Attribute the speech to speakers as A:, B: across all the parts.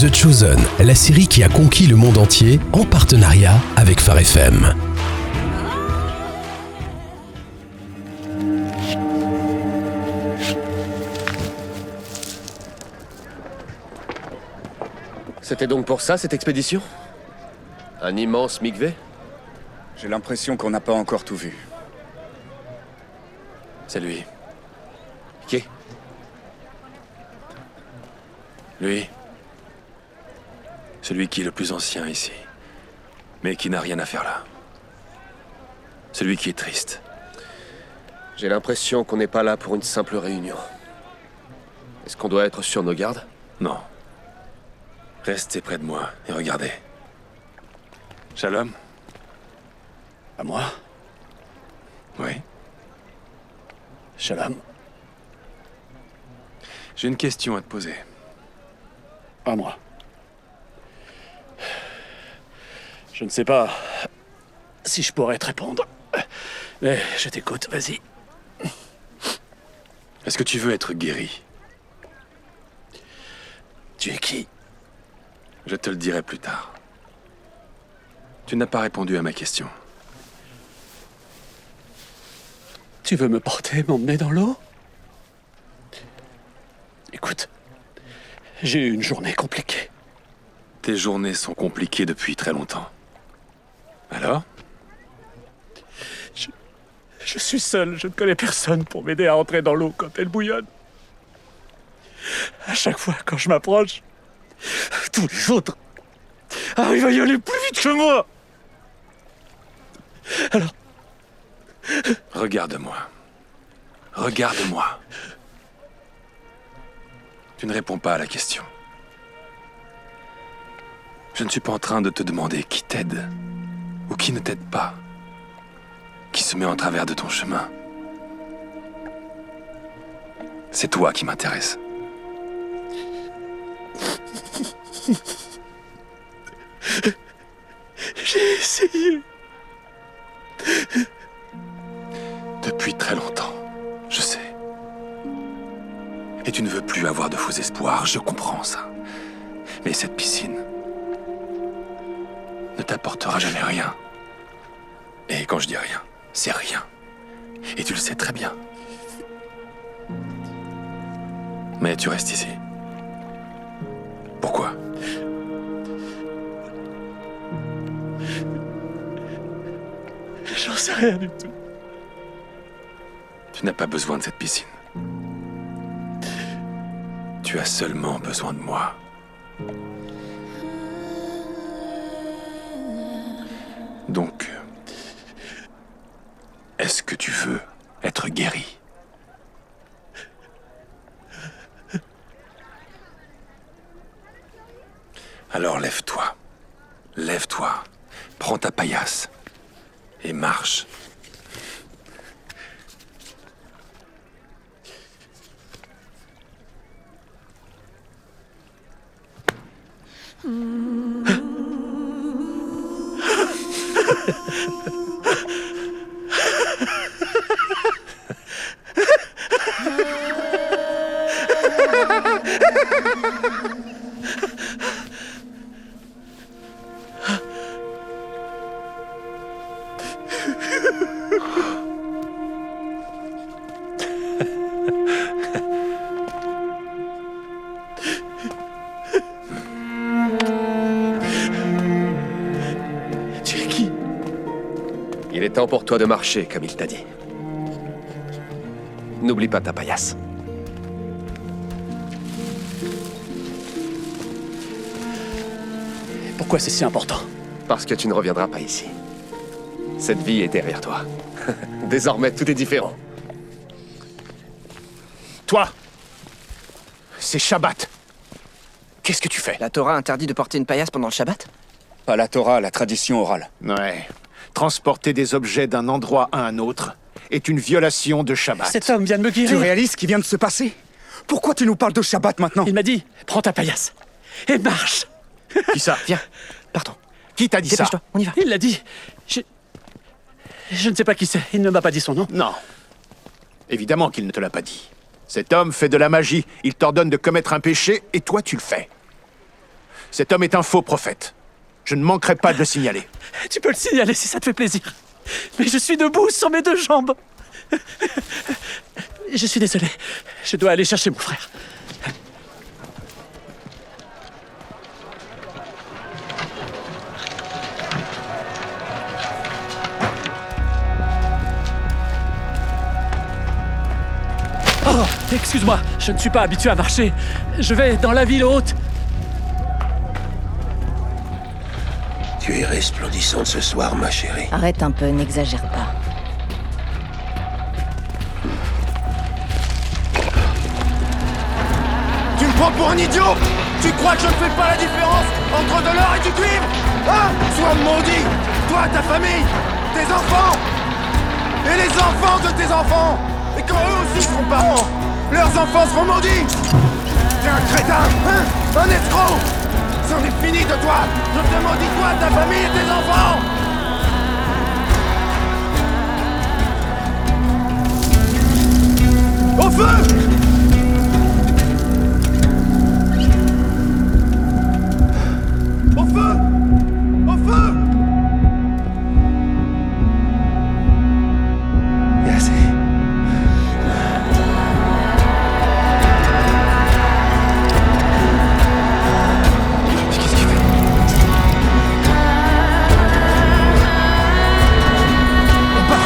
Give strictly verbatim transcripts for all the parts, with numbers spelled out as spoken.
A: The Chosen, la série qui a conquis le monde entier en partenariat avec Phare F M.
B: C'était donc pour ça, cette expédition? Un immense Mikvé?
C: J'ai l'impression qu'on n'a pas encore tout vu.
B: C'est lui. Qui? Lui. Celui qui est le plus ancien ici. Mais qui n'a rien à faire là. Celui qui est triste. J'ai l'impression qu'on n'est pas là pour une simple réunion. Est-ce qu'on doit être sur nos gardes? Non. Restez près de moi et regardez. Shalom?
C: À moi?
B: Oui.
C: Shalom.
B: J'ai une question à te poser.
C: À moi. Je ne sais pas si je pourrais te répondre. Mais je t'écoute, vas-y.
B: Est-ce que tu veux être guéri?
C: Tu es qui?
B: Je te le dirai plus tard. Tu n'as pas répondu à ma question.
C: Tu veux me porter, m'emmener dans l'eau? Écoute, j'ai eu une journée compliquée.
B: Tes journées sont compliquées depuis très longtemps. Alors?
C: Je, je suis seul, je ne connais personne pour m'aider à entrer dans l'eau quand elle bouillonne. À chaque fois, quand je m'approche, tous les autres arrivent à y aller plus vite que moi. Alors...
B: Regarde-moi. Regarde-moi. Tu ne réponds pas à la question. Je ne suis pas en train de te demander qui t'aide ou qui ne t'aide pas. Qui se met en travers de ton chemin. C'est toi qui m'intéresse.
C: J'ai essayé.
B: Depuis très longtemps, je sais. Et tu ne veux plus avoir de faux espoirs, je comprends ça. Mais cette piscine ne t'apportera jamais rien. Et quand je dis rien, c'est rien. Et tu le sais très bien. Mais tu restes ici. Pourquoi?
C: J'en sais rien du tout.
B: Tu n'as pas besoin de cette piscine. Tu as seulement besoin de moi. Donc, est-ce que tu veux être guéri? Alors lève-toi. Lève-toi. Prends ta paillasse. Et marche. Il est temps pour toi de marcher, comme il t'a dit. N'oublie pas ta paillasse.
C: Pourquoi c'est si important?
B: Parce que tu ne reviendras pas ici. Cette vie est derrière toi. Désormais, tout est différent.
D: Toi! C'est Shabbat. Qu'est-ce que tu fais?
E: La Torah interdit de porter une paillasse pendant le Shabbat?
C: Pas la Torah, la tradition orale.
D: Ouais. Transporter des objets d'un endroit à un autre est une violation de Shabbat.
C: Cet homme vient de me guérir.
F: Tu réalises ce qui vient de se passer? Pourquoi tu nous parles de Shabbat maintenant?
C: Il m'a dit, prends ta paillasse et marche.
D: Qui ça?
E: Viens, partons.
D: Qui t'a dit ça?
E: Dépêche-toi, on y va.
C: Il l'a dit. Je... Je ne sais pas qui c'est. Il ne m'a pas dit son nom.
D: Non. Évidemment qu'il ne te l'a pas dit. Cet homme fait de la magie. Il t'ordonne de commettre un péché et toi tu le fais. Cet homme est un faux prophète. Je ne manquerai pas de le signaler.
C: Tu peux le signaler si ça te fait plaisir. Mais je suis debout sur mes deux jambes. Je suis désolé. Je dois aller chercher mon frère. Oh, excuse-moi, je ne suis pas habitué à marcher. Je vais dans la ville haute.
B: Tu es resplendissante ce soir, ma chérie.
G: Arrête un peu, n'exagère pas.
D: Tu me prends pour un idiot? Tu crois que je ne fais pas la différence entre de l'or et du cuivre? Hein? Sois maudit! Toi, ta famille, tes enfants, et les enfants de tes enfants! Et quand eux aussi seront parents, leurs enfants seront maudits! T'es un crétin, hein? Un escroc! C'en est fini de toi! Je te maudis toi, ta famille et tes enfants! Au feu! Au feu! Au feu!
B: Merci. Qu'est-ce qu'il fait? On part!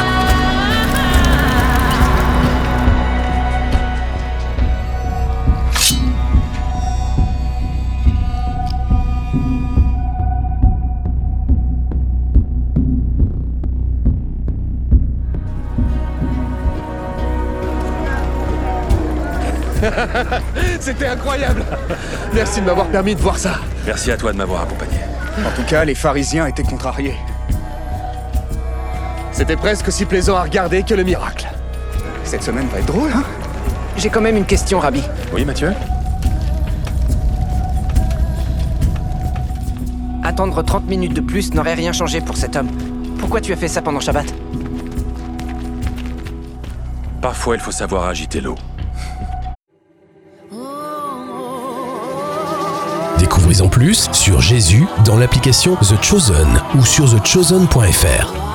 B: C'était incroyable! Merci de m'avoir permis de voir ça.
C: Merci à toi de m'avoir accompagné.
F: En tout cas, les pharisiens étaient contrariés.
B: C'était presque aussi plaisant à regarder que le miracle.
F: Cette semaine va être drôle, hein?
E: J'ai quand même une question, Rabbi.
C: Oui, Mathieu?
E: Attendre trente minutes de plus n'aurait rien changé pour cet homme. Pourquoi tu as fait ça pendant Shabbat?
C: Parfois, il faut savoir agiter l'eau.
A: Découvrez en plus sur Jésus dans l'application The Chosen ou sur the chosen point f r.